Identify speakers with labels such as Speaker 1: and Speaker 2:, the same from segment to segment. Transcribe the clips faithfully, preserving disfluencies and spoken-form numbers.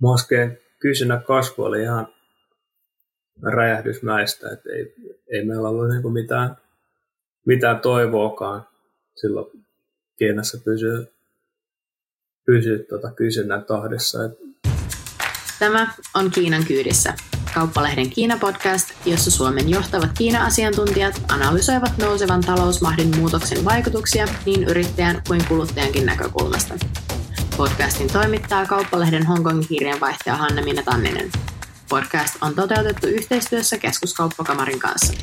Speaker 1: maskeen kysynnän kasvu oli ihan räjähdysmäistä, että ei, ei meillä ollut niin kuin mitään, mitään toivoakaan silloin Kiinassa pysyä, pysyä tuota kysynnän tahdissa.
Speaker 2: Tämä on Kiinan kyydissä, Kauppalehden Kiina-podcast, jossa Suomen johtavat Kiina-asiantuntijat analysoivat nousevan talousmahdin muutoksen vaikutuksia niin yrittäjän kuin kuluttajankin näkökulmasta. Podcastin toimittaa Kauppalehden Hongkongin kirjeenvaihtaja Hanne-Minna Tanninen. Podcast on toteutettu yhteistyössä Keskuskauppakamarin kanssa.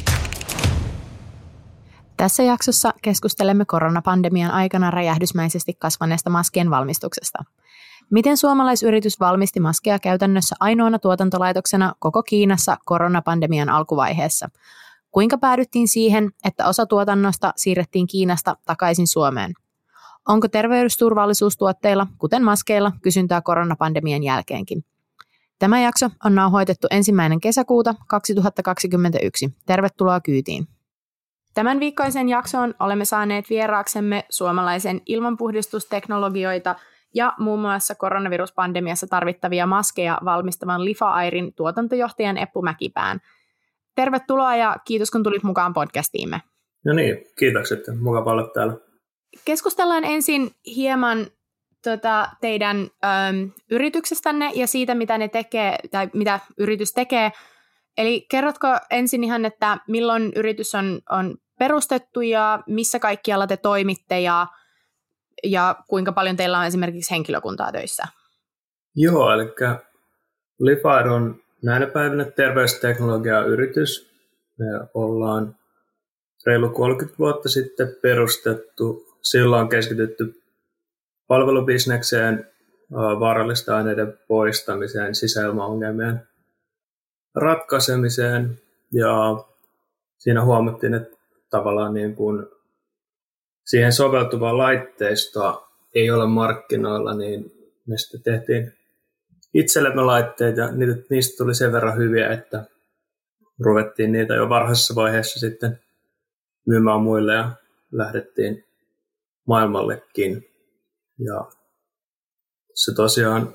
Speaker 2: Tässä jaksossa keskustelemme koronapandemian aikana räjähdysmäisesti kasvaneesta maskien valmistuksesta. Miten suomalaisyritys valmisti maskeja käytännössä ainoana tuotantolaitoksena koko Kiinassa koronapandemian alkuvaiheessa? Kuinka päädyttiin siihen, että osa tuotannosta siirrettiin Kiinasta takaisin Suomeen? Onko terveysturvallisuustuotteilla, kuten maskeilla, kysyntää koronapandemian jälkeenkin? Tämä jakso on nauhoitettu ensimmäinen kesäkuuta kaksituhattakaksikymmentäyksi. Tervetuloa kyytiin. Tämän viikkoisen jakson olemme saaneet vieraaksemme suomalaisen ilmanpuhdistusteknologioita ja muun muassa koronaviruspandemiassa tarvittavia maskeja valmistavan Lifa-Airin tuotantojohtajan Eppu Mäkipään. Tervetuloa ja kiitos kun tulit mukaan podcastiimme.
Speaker 1: No niin, kiitokset. Mukava olla täällä.
Speaker 2: Keskustellaan ensin hieman tota, teidän äm, yrityksestänne ja siitä, mitä ne tekee tai mitä yritys tekee. Eli kerrotko ensin ihan, että milloin yritys on, on perustettu ja missä kaikkialla te toimitte ja, ja kuinka paljon teillä on esimerkiksi henkilökuntaa töissä?
Speaker 1: Joo, eli Lifa-Air on näinä päivinä terveysteknologiayritys. Me ollaan reilu kolmekymmentä vuotta sitten perustettu. Silloin on keskitytty palvelubisnekseen, vaarallisten aineiden poistamiseen, sisäilmaongelmien ratkaisemiseen. Ja siinä huomattiin, että tavallaan niin kuin siihen soveltuvaa laitteistoa ei ole markkinoilla, niin me sitten tehtiin itsellemme laitteita ja niistä tuli sen verran hyviä, että ruvettiin niitä jo varhaisessa vaiheessa sitten myymään muille ja lähdettiin maailmallekin. Ja se tosiaan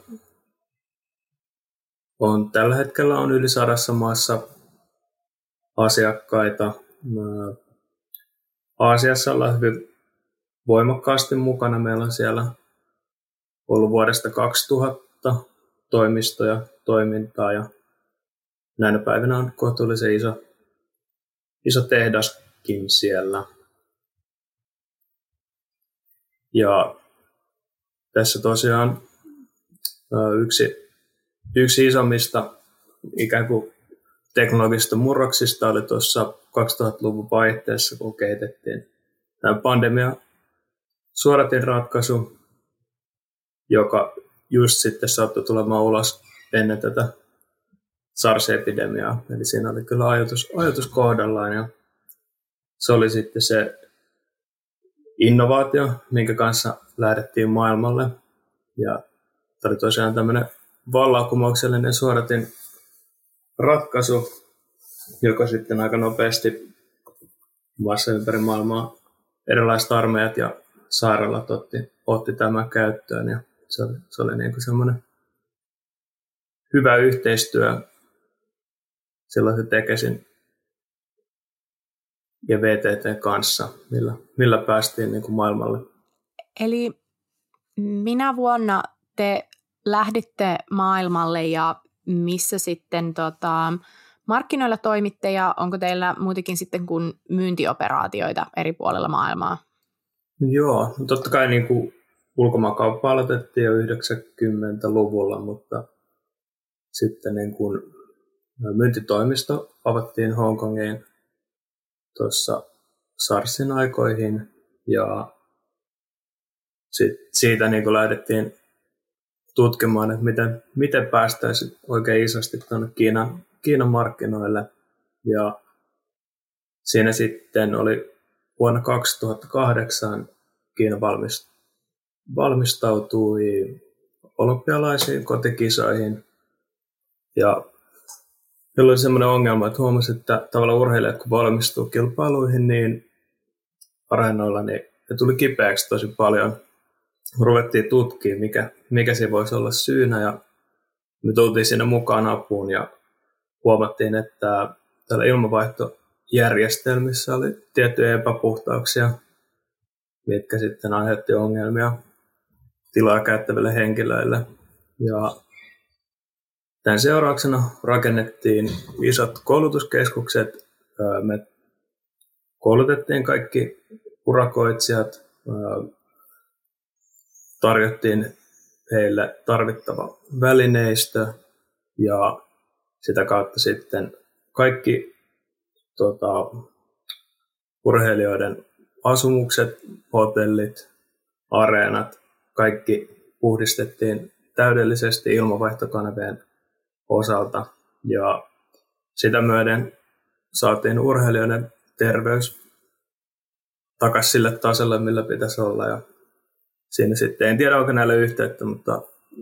Speaker 1: on tällä hetkellä on yli sadassa maassa asiakkaita. Aasiassa ollaan hyvin voimakkaasti mukana. Meillä on siellä ollut vuodesta kaksituhatta toimistoja, toimintaa ja näinä päivinä on kohtuullisen iso, iso tehdaskin siellä. Ja tässä tosiaan yksi, yksi isommista ikään kuin teknologisista murroksista oli tuossa kaksituhattaluvun vaihteessa, kun kehitettiin tämä pandemia suodatinratkaisu, joka just sitten saattoi tulemaan ulos ennen tätä SARS-epidemiaa. Eli siinä oli kyllä ajatus, ajatus kohdallaan ja se oli sitten se innovaatio, minkä kanssa lähdettiin maailmalle. Ja tämä oli tosiaan tämmöinen vallankumouksellinen suodatin ratkaisu, joka sitten aika nopeasti maassa ympäri maailmaa erilaiset armeijat ja sairaalat otti, otti tämän käyttöön. Ja se oli, se oli niin kuin semmoinen hyvä yhteistyö sellaisen Tekesin ja V T T kanssa, millä, millä päästiin niin kuin maailmalle.
Speaker 2: Eli minä vuonna te lähditte maailmalle ja missä sitten tota, markkinoilla toimitte ja onko teillä muutenkin sitten kuin myyntioperaatioita eri puolilla maailmaa?
Speaker 1: Joo, totta kai niin kuin ulkomaankauppa aloitettiin jo yhdeksänkymmentäluvulla, mutta sitten niin kuin myyntitoimisto avattiin Hongkongiin tuossa SARSin aikoihin ja sit siitä niin kuin lähdettiin tutkimaan, että miten, miten päästäisiin oikein isosti tuonne Kiinan, Kiinan markkinoille. Ja siinä sitten oli vuonna kaksituhattakahdeksan Kiina valmis, valmistautui olympialaisiin kotikisoihin. Ja meillä oli semmoinen ongelma, että huomasi, että tavallaan urheilijat kun valmistuu kilpailuihin, niin areenoilla niin ne tuli kipeäksi tosi paljon. Ruvettiin tutkimaan, mikä, mikä se voisi olla syynä ja me tultiin sinne mukaan apuun ja huomattiin, että täällä ilmavaihtojärjestelmissä oli tiettyjä epäpuhtauksia, mitkä sitten aiheutti ongelmia tilaa käyttäville henkilöille. Ja tämän seurauksena rakennettiin isot koulutuskeskukset. Me koulutettiin kaikki urakoitsijat, tarjottiin heille tarvittava välineistö ja sitä kautta sitten kaikki tota, urheilijoiden asumukset, hotellit, areenat, kaikki puhdistettiin täydellisesti ilmavaihtokanavien osalta ja sitä myöden saatiin urheilijoiden terveys takaisin sille tasolle, millä pitäisi olla. Ja siinä sitten, en tiedä onko näille yhteyttä, mutta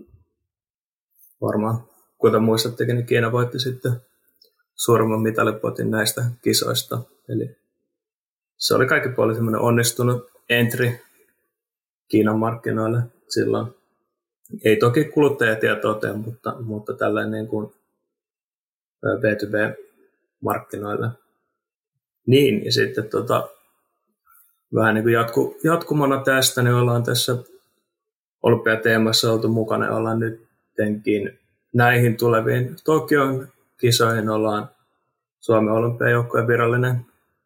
Speaker 1: varmaan, kuten muistattekin, niin Kiina voitti sitten suurimman mitalipotin näistä kisoista. Eli se oli kaikki puolin semmoinen onnistunut entry Kiinan markkinoille silloin. Ei toki kuluttajatietoa tee, mutta, mutta tällainen niin kuin B to B-markkinoille. Niin, ja sitten tota, vähän niin kuin jatku, jatkumana tästä, niin ollaan tässä olympiateemassa oltu mukana ja ollaan nytkin näihin tuleviin Tokion kisoihin ollaan Suomen olympiajoukkueen virallinen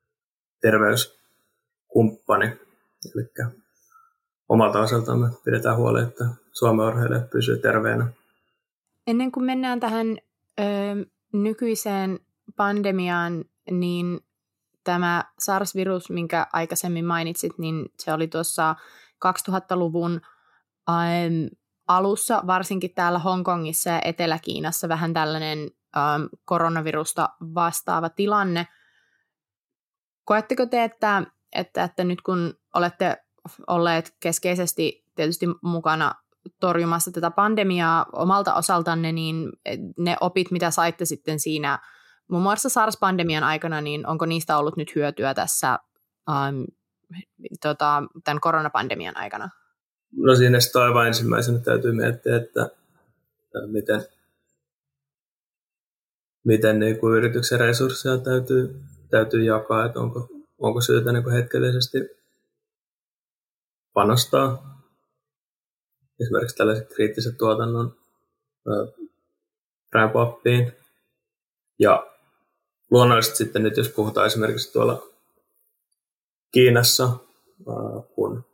Speaker 1: terveyskumppani. Eli omalta osaltaan me pidetään huoli, että Suomen urheilijat pysyy terveenä.
Speaker 2: Ennen kuin mennään tähän ö, nykyiseen pandemiaan, niin tämä SARS-virus, minkä aikaisemmin mainitsit, niin se oli tuossa kaksituhattaluvun ähm, alussa, varsinkin täällä Hongkongissa ja Etelä-Kiinassa vähän tällainen ähm, koronavirusta vastaava tilanne. Koetteko te, että, että, että nyt kun olette olleet keskeisesti tietysti mukana torjumassa tätä pandemiaa omalta osaltanne, niin ne opit, mitä saitte sitten siinä muun muassa SARS-pandemian aikana, niin onko niistä ollut nyt hyötyä tässä ähm, tota, tämän koronapandemian aikana?
Speaker 1: No siinä sitten aivan ensimmäisenä täytyy miettiä, että miten, miten niin kuin yrityksen resursseja täytyy, täytyy jakaa, että onko, onko syytä niin kuin hetkellisesti panostaa esimerkiksi tällaiset kriittiset tuotannon ramp-upiin. Ja luonnollisesti sitten nyt, jos puhutaan esimerkiksi tuolla Kiinassa, kun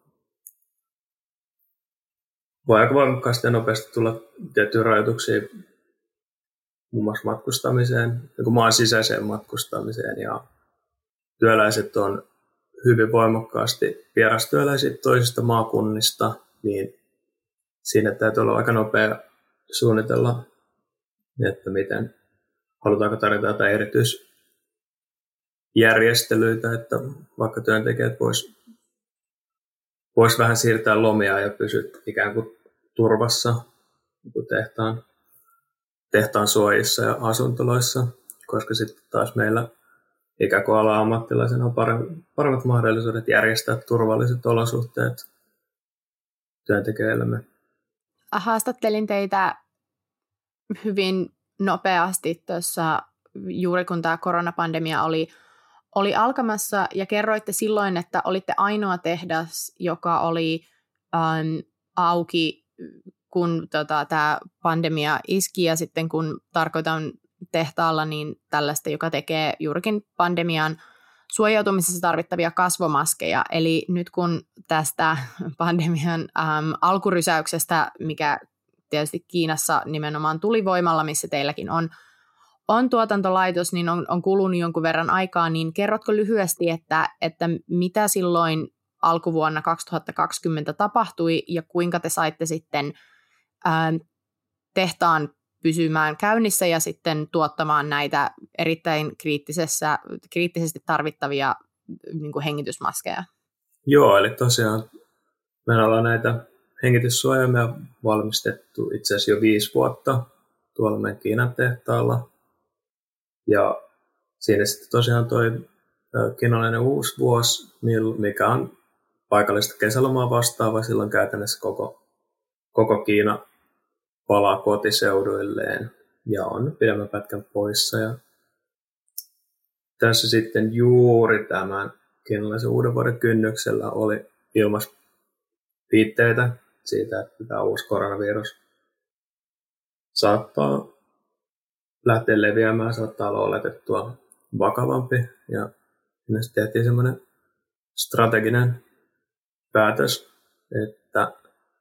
Speaker 1: voi aika voimakkaasti ja nopeasti tulla tiettyjä rajoituksia muun muassa matkustamiseen, niin kuin maan sisäiseen matkustamiseen, ja työläiset on hyvin voimakkaasti vierastyöläisiä toisista maakunnista, niin siinä täytyy olla aika nopea suunnitella, että miten halutaanko tarjota jotain erityisjärjestelyitä, että vaikka työntekijät vois, vois vähän siirtää lomia ja pysyä ikään kuin turvassa niin tehtaan, tehtaan suojissa ja asuntoloissa, koska sitten taas meillä ikään kuin ala-ammattilaisena on paremmat mahdollisuudet järjestää turvalliset olosuhteet työntekijöillemme.
Speaker 2: Haastattelin teitä hyvin nopeasti tuossa juuri kun tämä koronapandemia oli, oli alkamassa ja kerroitte silloin, että olitte ainoa tehdas, joka oli ähm, auki, kun tota, tämä pandemia iski, ja sitten kun tarkoitan tehtaalla, niin tällaista, joka tekee juurikin pandemian suojautumisessa tarvittavia kasvomaskeja. Eli nyt kun tästä pandemian ähm, alkurysäyksestä, mikä tietysti Kiinassa nimenomaan tuli voimalla, missä teilläkin on, on tuotantolaitos, niin on, on kulunut jonkun verran aikaa, niin kerrotko lyhyesti, että, että mitä silloin alkuvuonna kaksituhattakaksikymmentä tapahtui ja kuinka te saitte sitten ää, tehtaan pysymään käynnissä ja sitten tuottamaan näitä erittäin kriittisessä, kriittisesti tarvittavia niin kuin hengitysmaskeja?
Speaker 1: Joo, eli tosiaan me ollaan näitä hengityssuojaimia valmistettu itse asiassa jo viisi vuotta tuolla meidän Kiinan tehtaalla. Ja siinä sitten tosiaan toi kiinalainen uusi vuosi, mikä on paikallista kesälomaa vastaava, silloin käytännössä koko, koko Kiina palaa kotiseuduilleen ja on pidemmän pätkän poissa. Ja tässä sitten juuri tämän kiinalaisen uuden vuoden kynnyksellä oli ilmassa viitteitä siitä, että tämä uusi koronavirus saattaa lähteä leviämään, saattaa olla oletettua vakavampi. Ja sitten tehtiin semmoinen strateginen päätös, että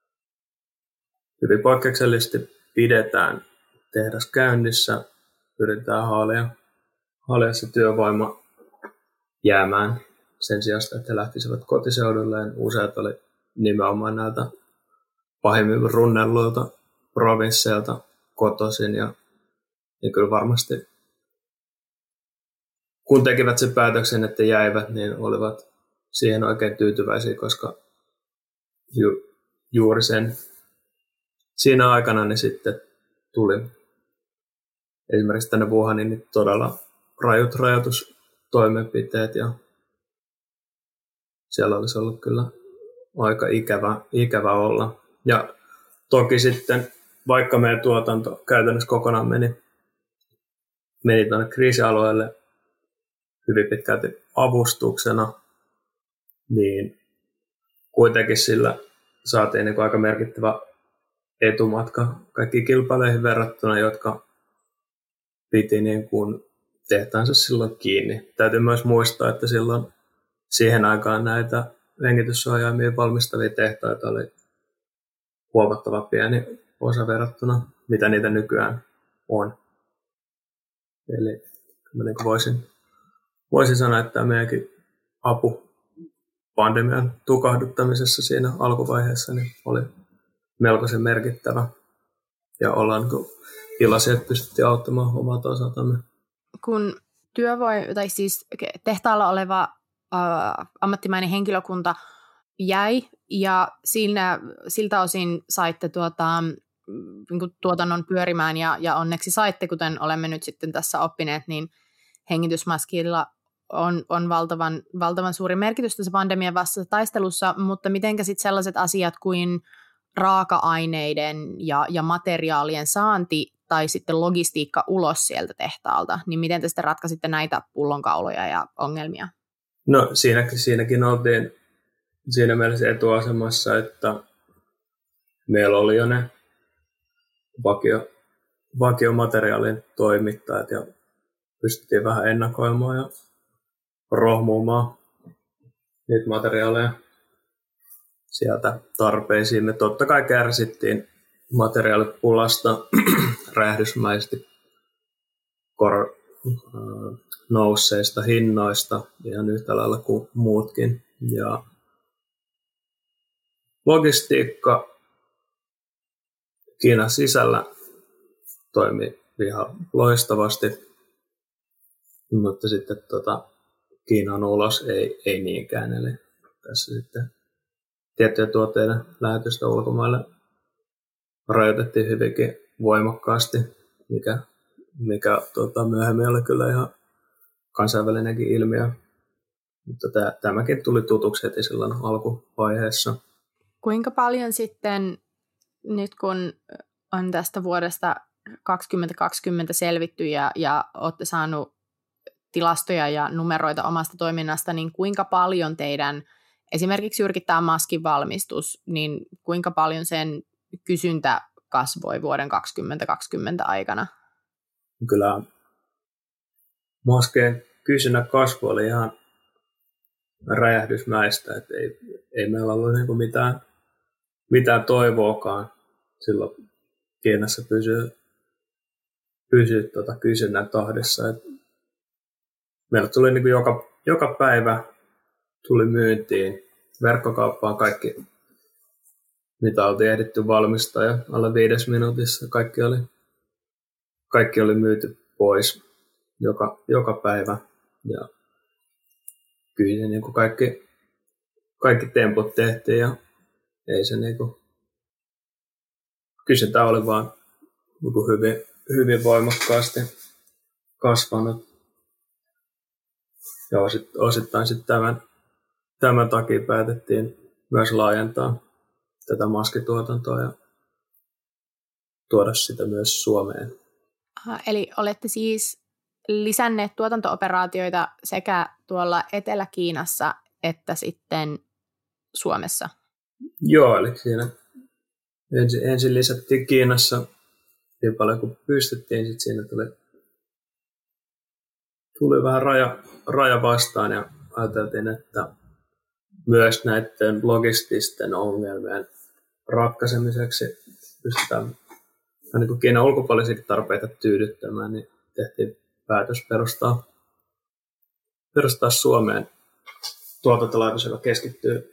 Speaker 1: hyvin poikkeuksellisesti pidetään tehdas käynnissä, yritetään haalia, haalia se työvoima jäämään sen sijasta, että he lähtisivät kotiseudulleen. Useat oli nimenomaan näiltä pahimmin runnelluilta provinsseilta kotoisin ja, ja kyllä varmasti kun tekivät sen päätöksen, että jäivät, niin olivat siihen oikein tyytyväisiä, koska ju, juuri sen siinä aikana niin sitten tuli esimerkiksi tänne Wuhaniin niin todella rajut rajoitustoimenpiteet ja siellä olisi ollut kyllä aika ikävä, ikävä olla. Ja toki sitten, vaikka meidän tuotanto käytännössä kokonaan meni, meni tuonne kriisialueelle hyvin pitkälti avustuksena, niin kuitenkin sillä saatiin niin kuin aika merkittävä etumatka kaikkiin kilpailuihin verrattuna, jotka piti niin kuin tehtaansa silloin kiinni. Täytyy myös muistaa, että silloin siihen aikaan näitä hengityssuojaimia valmistavia tehtaita oli huomattava pieni osa verrattuna, mitä niitä nykyään on. Eli niin kuin voisin, voisin sanoa, että tämä meidänkin apu pandemian tukahduttamisessa siinä alkuvaiheessa niin oli melkoisen merkittävä. Ja ollaan iloisia, että pystyttiin auttamaan omalta osaltamme.
Speaker 2: Kun työvoi, tai siis tehtaalla oleva äh, ammattimainen henkilökunta jäi, ja siinä, siltä osin saitte tuota, niin tuotannon pyörimään, ja, ja onneksi saitte, kuten olemme nyt sitten tässä oppineet, niin hengitysmaskilla on, on valtavan, valtavan suuri merkitys tässä pandemian vastaisessa taistelussa, mutta mitenkä sitten sellaiset asiat kuin raaka-aineiden ja, ja materiaalien saanti tai sitten logistiikka ulos sieltä tehtaalta, niin miten te sitten ratkaisitte näitä pullonkauloja ja ongelmia?
Speaker 1: No siinäkin, siinäkin oltiin siinä mielessä etuasemassa, että meillä oli jo ne vakio, vakiomateriaalin toimittajat ja pystyttiin vähän ennakoimaan ja rohmuumaan niitä materiaaleja sieltä tarpeisiin. Me totta kai kärsittiin materiaalipulasta räjähdysmäisesti kor- nousseista hinnoista ihan yhtä lailla kuin muutkin. Ja logistiikka Kiinan sisällä toimi ihan loistavasti, mutta sitten tota, Kiinan ulos ei, ei niinkään. Eli tässä sitten tiettyjä tuotteiden lähetystä ulkomaille rajoitettiin hyvinkin voimakkaasti, mikä, mikä tota, myöhemmin oli kyllä ihan kansainvälinenkin ilmiö. Mutta tämä, tämäkin tuli tutuksi heti silloin alkuvaiheessa.
Speaker 2: Kuinka paljon sitten, nyt kun on tästä vuodesta kaksituhattakaksikymmentä selvitty ja, ja olette saanut tilastoja ja numeroita omasta toiminnasta, niin kuinka paljon teidän, esimerkiksi juurikin tämä maskin valmistus, niin kuinka paljon sen kysyntä kasvoi vuoden kaksituhattakaksikymmentä aikana?
Speaker 1: Kyllä maskeen kysynnän kasvu oli ihan räjähdysmäistä, että ei, ei meillä ollut niin kuin mitään, mitään toivoakaan silloin Kiinassa pysyä, pysyä tuota kysynnän tahdissa. Et meillä tuli niin kuin joka, joka päivä tuli myyntiin verkkokauppaan kaikki, mitä oltiin ehditty valmistaa ja alle viides minuutissa kaikki oli, kaikki oli myyty pois joka, joka päivä. Ja kyllä niin kuin kaikki, kaikki temput tehtiin ja ei se niin kuin, kysyntä oli vaan niin kuin hyvin, hyvin voimakkaasti kasvanut. Ja osittain sitten tämän, tämän takia päätettiin myös laajentaa tätä maskituotantoa ja tuoda sitä myös Suomeen.
Speaker 2: Aha, eli olette siis lisänneet tuotanto-operaatioita sekä tuolla Etelä-Kiinassa että sitten Suomessa?
Speaker 1: Joo, eli siinä ensin, ensin lisättiin Kiinassa niin paljon kuin pystyttiin, sitten siinä tuli, tuli vähän raja, raja vastaan ja ajateltiin, että myös näiden logististen ongelmien ratkaisemiseksi pystytään niin kuin Kiinan ulkopuolisiakin tarpeita tyydyttämään, niin tehtiin päätös perustaa, perustaa Suomeen tuotantolaitos, joka keskittyy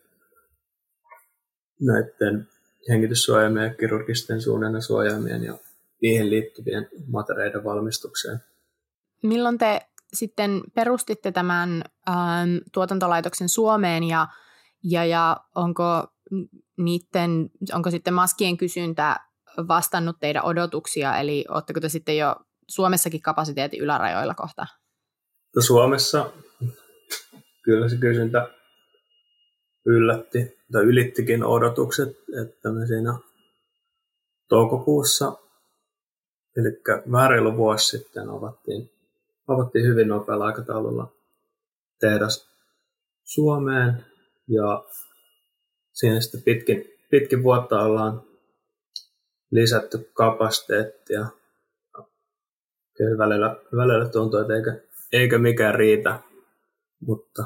Speaker 1: näiden hengityssuojaimien, kirurgisten suunnannasuojaimien ja niihin liittyvien materiaalien valmistukseen.
Speaker 2: Milloin te sitten perustitte tämän ähm, tuotantolaitoksen Suomeen ja, ja, ja onko, niiden, onko sitten maskien kysyntä vastannut teidän odotuksia, eli oletteko te sitten jo Suomessakin kapasiteetin ylärajoilla kohta?
Speaker 1: No Suomessa kyllä se kysyntä yllätti tai ylittikin odotukset, että me siinä toukokuussa, eli vähän reilu vuosi sitten avattiin, avattiin hyvin nopealla aikataululla tehdas Suomeen ja siinä sitten pitkin, pitkin vuotta ollaan lisätty kapasiteettia. Kyllä välillä, välillä tuntuu, että eikä, eikä mikään riitä, mutta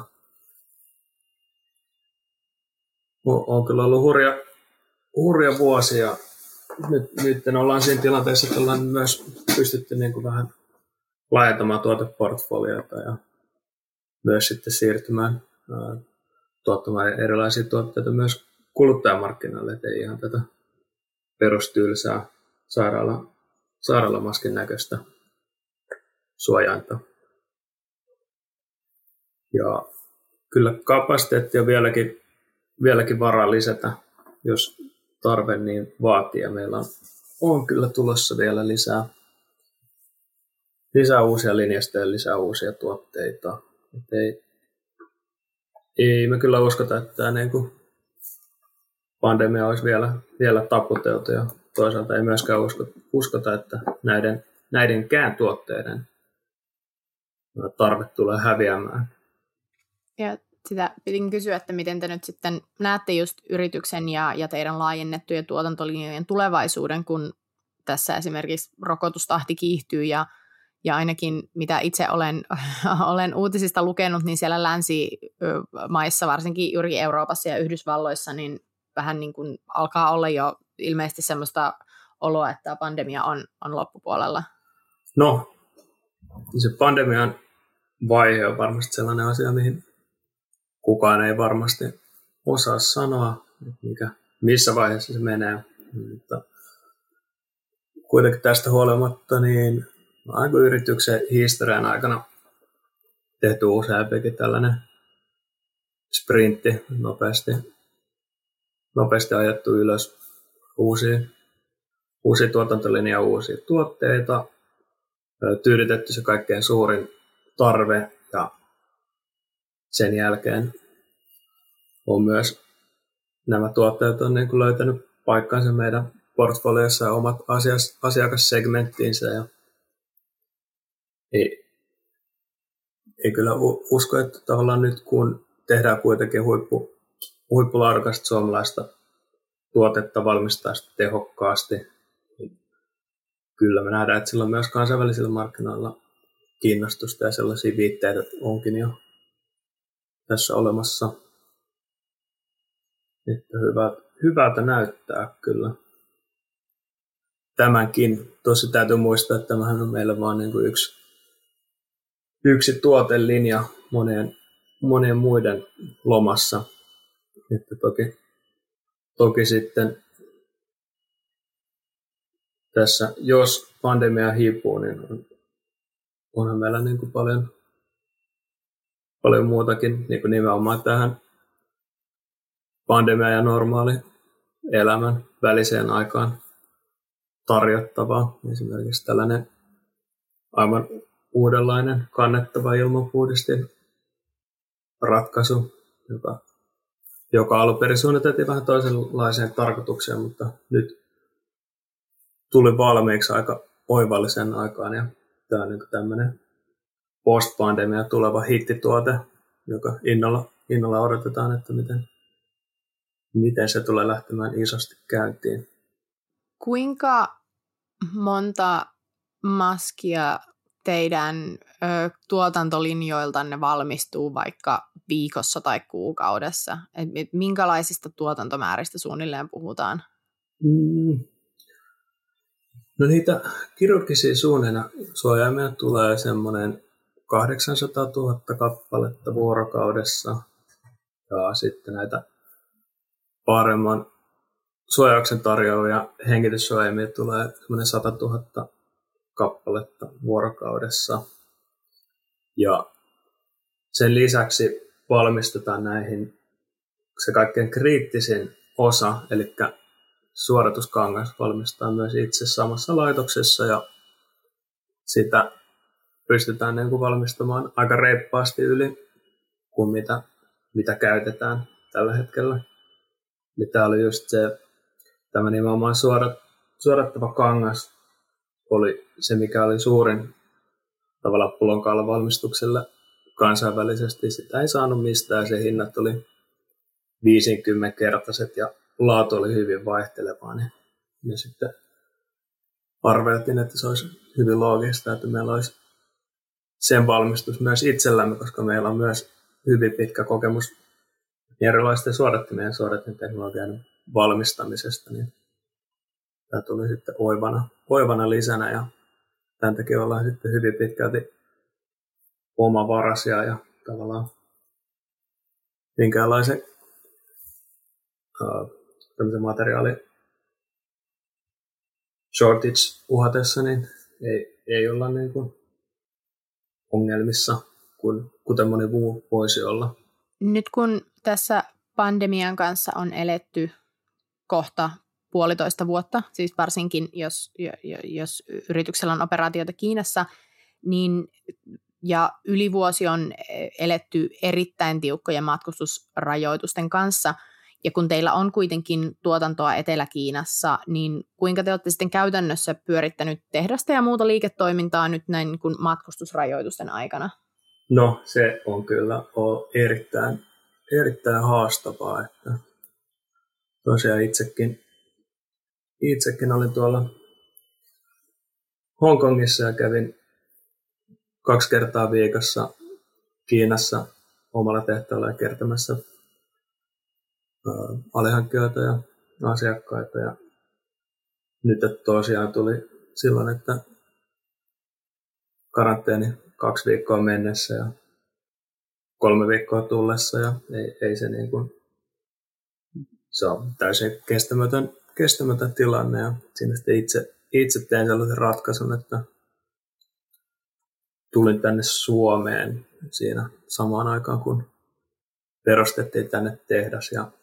Speaker 1: on kyllä ollut hurja, hurja vuosi ja nyt, nyt ollaan siinä tilanteessa, että ollaan myös pystytty niin kuin vähän laajentamaan tuoteportfoliota ja myös sitten siirtymään ää, tuottamaan erilaisia tuotteita myös kuluttajamarkkinoille, ettei ihan tätä perustyylsää sairaala, sairaalamaskin näköistä suojainta. Ja kyllä kapasiteetti on vieläkin, vieläkin varaa lisätä, jos tarve niin vaatii. Ja meillä on, on kyllä tulossa vielä lisää, lisää uusia linjastoja ja lisää uusia tuotteita. Et ei, ei me kyllä uskota, että tämä niin kuin pandemia olisi vielä, vielä taputeltu. Ja toisaalta ei myöskään uskota, uskota että näiden, näidenkään tuotteiden tarve tulee häviämään.
Speaker 2: Ja sitä pitin kysyä, että miten te nyt sitten näette just yrityksen ja, ja teidän laajennettujen tuotantolinjojen tulevaisuuden, kun tässä esimerkiksi rokotustahti kiihtyy ja, ja ainakin mitä itse olen, olen uutisista lukenut, niin siellä länsimaissa, varsinkin juuri Euroopassa ja Yhdysvalloissa, niin vähän niin kuin alkaa olla jo ilmeisesti semmoista oloa, että pandemia on, on loppupuolella.
Speaker 1: No, se pandemian vaihe on varmasti sellainen asia, mihin kukaan ei varmasti osaa sanoa, mikä, missä vaiheessa se menee. Mutta kuitenkin tästä huolimatta, niin aika yrityksen historian aikana tehty useampikin tällainen sprintti, nopeasti, nopeasti ajettu ylös uusia, uusia tuotantolinjoja, uusia tuotteita, tyydytetty se kaikkein suurin tarve ja sen jälkeen on myös nämä tuotteet on niin kuin löytänyt paikkansa meidän portfoliossa ja omat asias, asiakassegmenttiinsä. Ja ei, ei kyllä usko, että tavallaan nyt kun tehdään kuitenkin huippu, huippulaadukasta suomalaista tuotetta valmistaa sitä tehokkaasti, niin kyllä me nähdään, että sillä on myös kansainvälisillä markkinoilla kiinnostusta ja sellaisia viitteitä onkin jo tässä olemassa. Että hyvältä, hyvältä näyttää kyllä. Tämänkin, tosi täytyy muistaa, että tämähän on meillä vain niin kuin yksi, yksi tuotelinja monien, monien muiden lomassa. Että toki, toki sitten tässä, jos pandemia hiipuu, niin on, onhan meillä niin kuin paljon, paljon muutakin niin kuin nimenomaan tähän pandemia ja normaali elämän väliseen aikaan tarjottavaa. Esimerkiksi tällainen aivan uudenlainen kannettava ilmanpuhdistin ratkaisu, joka, joka alun perin suunniteltiin vähän toisenlaiseen tarkoitukseen, mutta nyt tuli valmiiksi aika oivallisen aikaan. Ja tämä on niin tämmöinen post-pandemia tuleva hittituote, joka innolla, innolla odotetaan, että miten, miten se tulee lähtemään isosti käyntiin.
Speaker 2: Kuinka monta maskia teidän ö, tuotantolinjoiltanne valmistuu vaikka viikossa tai kuukaudessa? Et, et minkälaisista tuotantomääristä suunnilleen puhutaan?
Speaker 1: Mm. No niitä kirurgisia suunnina suojaimia tulee semmoinen kahdeksansataatuhatta kappaletta vuorokaudessa. Ja sitten näitä paremman suojauksen tarjoavia hengityssuojaimia tulee semmoinen satatuhatta kappaletta vuorokaudessa. Ja sen lisäksi valmistetaan näihin se kaikkein kriittisin osa, eli suodatuskangas valmistaa myös itse samassa laitoksessa ja sitä pystytään niin kuin valmistamaan aika reippaasti yli kuin mitä, mitä käytetään tällä hetkellä. Tämä oli just se, tämä nimenomaan suodat, suodattava kangas oli se, mikä oli suurin tavallaan pullonkaula valmistukselle kansainvälisesti. Sitä ei saanut mistään, se hinnat oli viisikymmenkertaiset ja laatu oli hyvin vaihtelevaa. Niin ja sitten arveltiin, että se olisi hyvin loogista, että meillä olisi sen valmistus myös itsellämme, koska meillä on myös hyvin pitkä kokemus erilaisten suodattimien ja suodattinteknologian valmistamisesta. Niin tämä tuli sitten oivana, oivana lisänä ja tämän takia ollaan sitten hyvin pitkälti omavaraisia ja tavallaan minkäänlaisen uh, materiaalin shortage uhatessa, niin ei, ei olla niin kuin ongelmissa, kun, kuten moni muu voisi olla.
Speaker 2: Nyt kun tässä pandemian kanssa on eletty kohta puolitoista vuotta, siis varsinkin jos, jos yrityksellä on operaatioita Kiinassa, niin ja yli vuosi on eletty erittäin tiukkojen matkustusrajoitusten kanssa, ja kun teillä on kuitenkin tuotantoa Etelä-Kiinassa, niin kuinka te olette sitten käytännössä pyörittänyt tehdasta ja muuta liiketoimintaa nyt näin niin kuin matkustusrajoitusten aikana?
Speaker 1: No, se on kyllä on erittäin, erittäin haastavaa, että tosiaan itsekin, itsekin olin tuolla Hongkongissa ja kävin kaksi kertaa viikossa Kiinassa omalla tehtävällä ja kertomassa alihankkijoita ja asiakkaita. Ja nyt tosiaan tuli silloin, että karanteeni kaksi viikkoa mennessä ja kolme viikkoa tullessa ja ei, ei se niin kuin, se on täysin kestämätön, kestämätön tilanne ja siinä sitten itse, itse tein sellaisen ratkaisun, että tulin tänne Suomeen siinä samaan aikaan, kun perustettiin tänne tehdas ja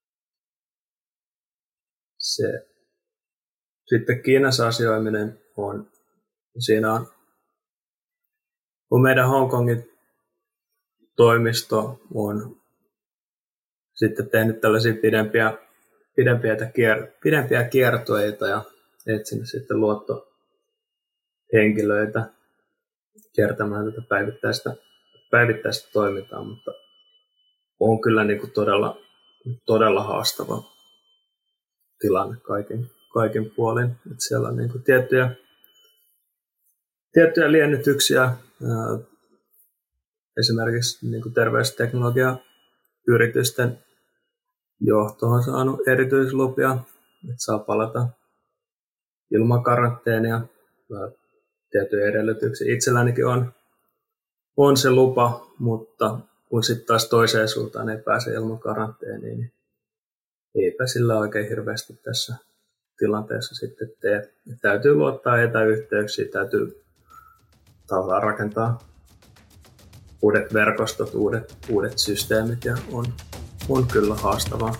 Speaker 1: se sitten Kiinassa asioiminen on, siinä on, on meidän Hongkongin toimisto on sitten tehnyt tällaisia pidempiä, pidempiä, kier, pidempiä kiertueita ja etsinyt sitten luottohenkilöitä kiertämään tätä päivittäistä, päivittäistä toimintaa, mutta on kyllä niin kuin todella, todella haastava tilanne kaikin, kaikin puolin. Että siellä on niin kuin tiettyjä, tiettyjä liennytyksiä, ää, esimerkiksi niin kuin terveysteknologiayritysten johto on saanut erityislupia, että saa palata ilman karanteenia tiettyjä edellytyksiä. Itsellänikin on, on se lupa, mutta kun sitten taas toiseen suuntaan ei pääse ilman karanteenia, niin eipä sillä oikein hirveästi tässä tilanteessa sitten tee. Täytyy luottaa etäyhteyksiä, täytyy tavallaan rakentaa uudet verkostot, uudet, uudet systeemit ja on, on kyllä haastavaa.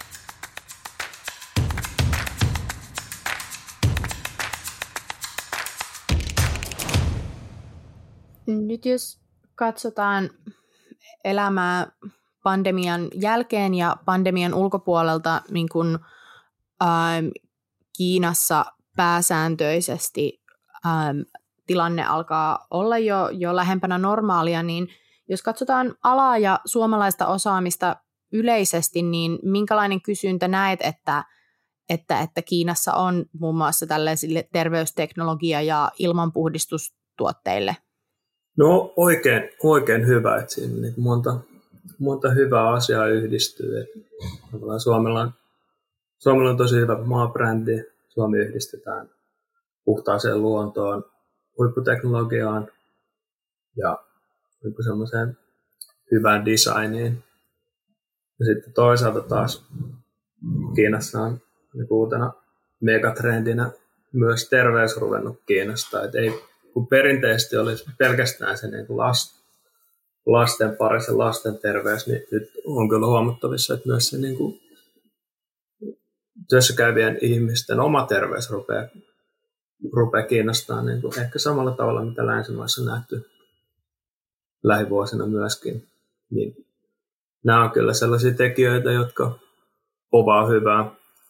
Speaker 2: Nyt jos katsotaan elämää pandemian jälkeen ja pandemian ulkopuolelta, niin kun, ää, Kiinassa pääsääntöisesti ähm, tilanne alkaa olla jo, jo lähempänä normaalia, niin jos katsotaan alaa ja suomalaista osaamista yleisesti, niin minkälainen kysyntä näet, että, että, että Kiinassa on muun muassa tällaisille terveysteknologia- ja ilmanpuhdistustuotteille?
Speaker 1: No oikein, oikein hyvä, että siinä niin monta, monta hyvää asiaa yhdistyy. Että Suomella, on, Suomella on tosi hyvä maabrändi, Suomi yhdistetään puhtaaseen luontoon, huipputeknologiaan ja semmoiseen hyvään designiin. Ja sitten toisaalta taas Kiinassa on niin uutena megatrendinä myös terveys ruvennut kiinnostaa. Et ei, kun perinteisesti olisi pelkästään se niin last, lasten parissa lasten terveys, niin nyt on kyllä huomattavissa, että myös se niin kuin työssä käyvien ihmisten oma terveys rupeaa, rupeaa kiinnostaa niin kuin ehkä samalla tavalla, mitä länsimaissa on nähty lähivuosina myöskin. Niin nämä on kyllä sellaisia tekijöitä, jotka povaa hyvää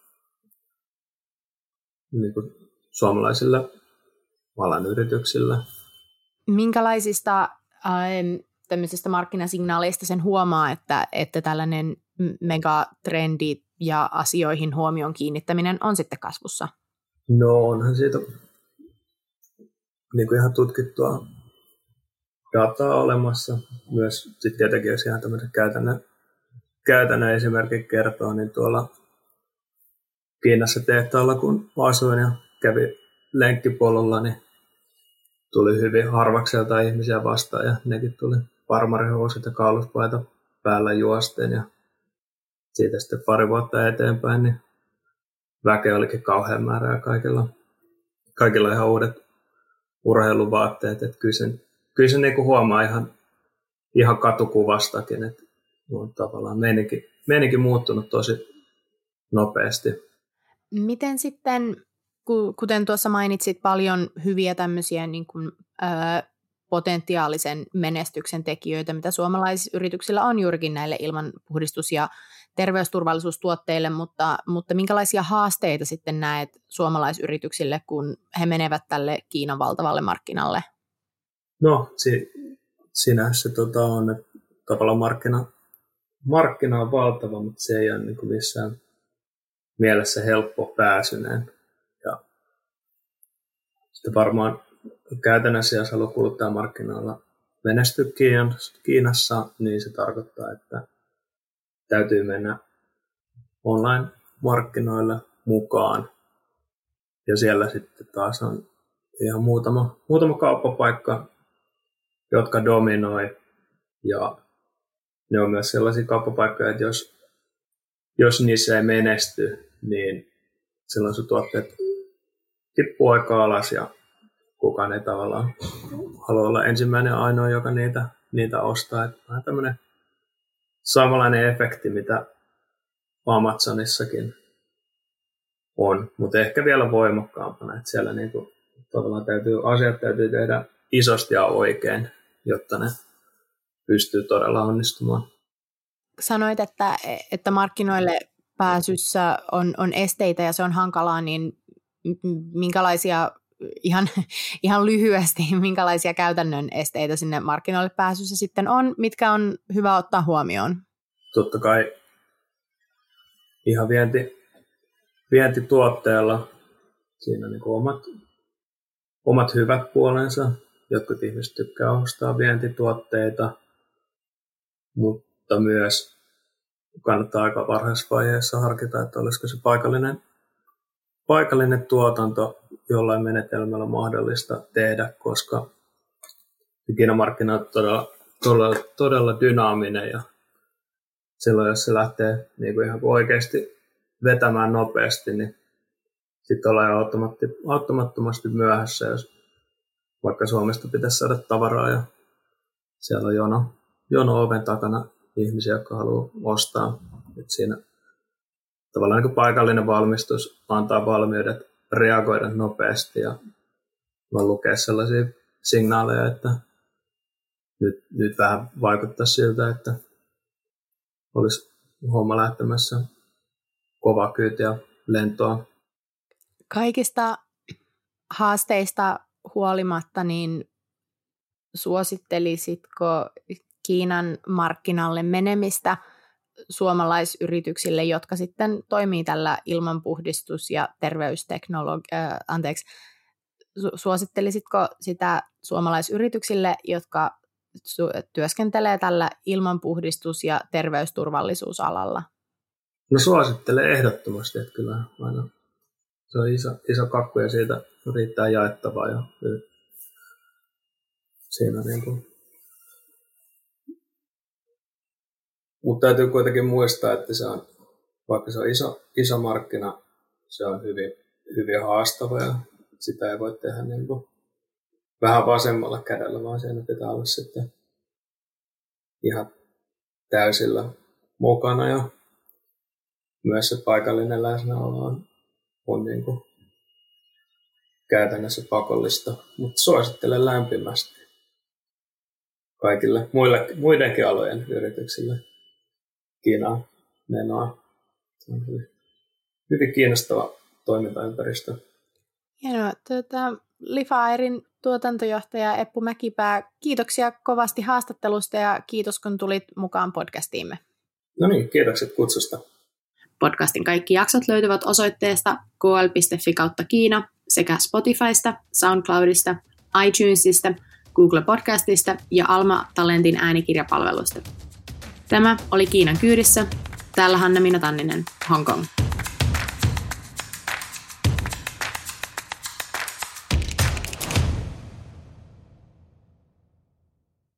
Speaker 1: niin kuin suomalaisilla alan yrityksillä.
Speaker 2: Minkälaisista ähm, tämmöisistä markkinasignaaleista sen huomaa, että, että tällainen megatrendi ja asioihin huomion kiinnittäminen on sitten kasvussa?
Speaker 1: No onhan siitä niin kuin ihan tutkittua dataa olemassa. Myös sitten tietenkin, jos ihan tämmöisen käytännön, käytännön esimerkin kertoo, niin tuolla Kiinassa tehtaalla, kun asuin ja kävi lenkkipolulla, niin tuli hyvin harvakselta ihmisiä vastaan ja nekin tuli farmarihousut ja kauluspaita päällä juosten ja siitä sitten pari vuotta eteenpäin, niin väkeä olikin kauhean määrä ja kaikilla, kaikilla ihan uudet urheiluvaatteet, että kyllä sen, kyllä sen niin kuin huomaa ihan, ihan katukuvastakin, että on tavallaan meininki, meininki muuttunut tosi nopeasti.
Speaker 2: Miten sitten, kuten tuossa mainitsit, paljon hyviä tämmöisiä niin kuin, ö, potentiaalisen menestyksen tekijöitä, mitä suomalaisilla yrityksillä on juurikin näille ilmanpuhdistus- ja terveysturvallisuustuotteille, mutta, mutta minkälaisia haasteita sitten näet suomalaisyrityksille, kun he menevät tälle Kiinan valtavalle markkinalle?
Speaker 1: No, si- sinähän se tota, on, että tavallaan markkina, markkina on valtava, mutta se ei ole niin kuin missään mielessä helppo pääsyneen. Ja sitten varmaan käytännössä, jos haluaa kuluttajamarkkinoilla menestyä Kiinassa, niin se tarkoittaa, että täytyy mennä online-markkinoille mukaan. Ja siellä sitten taas on ihan muutama, muutama kauppapaikka, jotka dominoi. Ja ne on myös sellaisia kauppapaikkoja, että jos, jos niissä ei menesty, niin silloin sun tuotteet tippuu aika alas ja kukaan ei tavallaan halua olla ensimmäinen ja ainoa, joka niitä, niitä ostaa. Että vähän tämmöinen samanlainen efekti, mitä Amazonissakin on, mutta ehkä vielä voimakkaampana. Että siellä niinku, tavallaan täytyy, asiat täytyy tehdä isosti ja oikein, jotta ne pystyy todella onnistumaan.
Speaker 2: Sanoit, että, että markkinoille pääsyssä on, on esteitä ja se on hankalaa, niin minkälaisia, ihan, ihan lyhyesti, minkälaisia käytännön esteitä sinne markkinoille pääsyssä sitten on, mitkä on hyvä ottaa huomioon?
Speaker 1: Totta kai ihan vienti, vientituotteella siinä on niin kuin omat, omat hyvät puolensa. Jotkut ihmiset tykkää ostaa vientituotteita, mutta myös kannattaa aika varhaisessa vaiheessa harkita, että olisiko se paikallinen, paikallinen tuotanto jollain menetelmällä mahdollista tehdä, koska Kiinan markkina on todella, todella, todella dynaaminen ja silloin, jos se lähtee niin kuin ihan oikeasti vetämään nopeasti, niin sitten ollaan jo automattomasti myöhässä, jos vaikka Suomesta pitäisi saada tavaraa ja siellä on jono, jono oven takana ihmisiä, jotka haluaa ostaa. Et siinä tavallaan niin kuin paikallinen valmistus antaa valmiudet reagoida nopeasti ja vaan lukea sellaisia signaaleja, että nyt, nyt vähän vaikuttaa siltä, että olisi homma lähtemässä kovaa kyytiä lentoon.
Speaker 2: Kaikista haasteista huolimatta, niin suosittelisitko Kiinan markkinalle menemistä suomalaisyrityksille, jotka sitten toimii tällä ilmanpuhdistus- ja terveysteknologia, äh, anteeksi, su- suosittelisitko sitä suomalaisyrityksille, jotka su- työskentelee tällä ilmanpuhdistus- ja terveysturvallisuusalalla?
Speaker 1: No suosittelen ehdottomasti, että kyllä aina se on iso, iso kakku ja siitä riittää jaettavaa ja siinä niin kuin. Mutta täytyy kuitenkin muistaa, että se on, vaikka se on iso, iso markkina, se on hyvin, hyvin haastava ja sitä ei voi tehdä niin kuin vähän vasemmalla kädellä, vaan siinä pitää olla sitten ihan täysillä mukana ja myös se paikallinen läsnäolo on, on niin kuin käytännössä pakollista, mutta suosittelen lämpimästi kaikille muille, muidenkin alojen yrityksille Kiinaan menoa. Se on hyvin, hyvin kiinnostava toimintaympäristö.
Speaker 2: Hienoa. Tuota, Lifaerin tuotantojohtaja Eppu Mäkipää, kiitoksia kovasti haastattelusta ja kiitos kun tulit mukaan podcastiimme.
Speaker 1: No niin, kiitokset kutsusta.
Speaker 2: Podcastin kaikki jaksot löytyvät osoitteesta k l piste f i kautta Kiina sekä Spotifysta, SoundCloudista, iTunesista, Google Podcastista ja Alma Talentin äänikirjapalvelusta. Tämä oli Kiinan kyydissä. Täällä Hanna-Miina Tanninen, Hong Kong.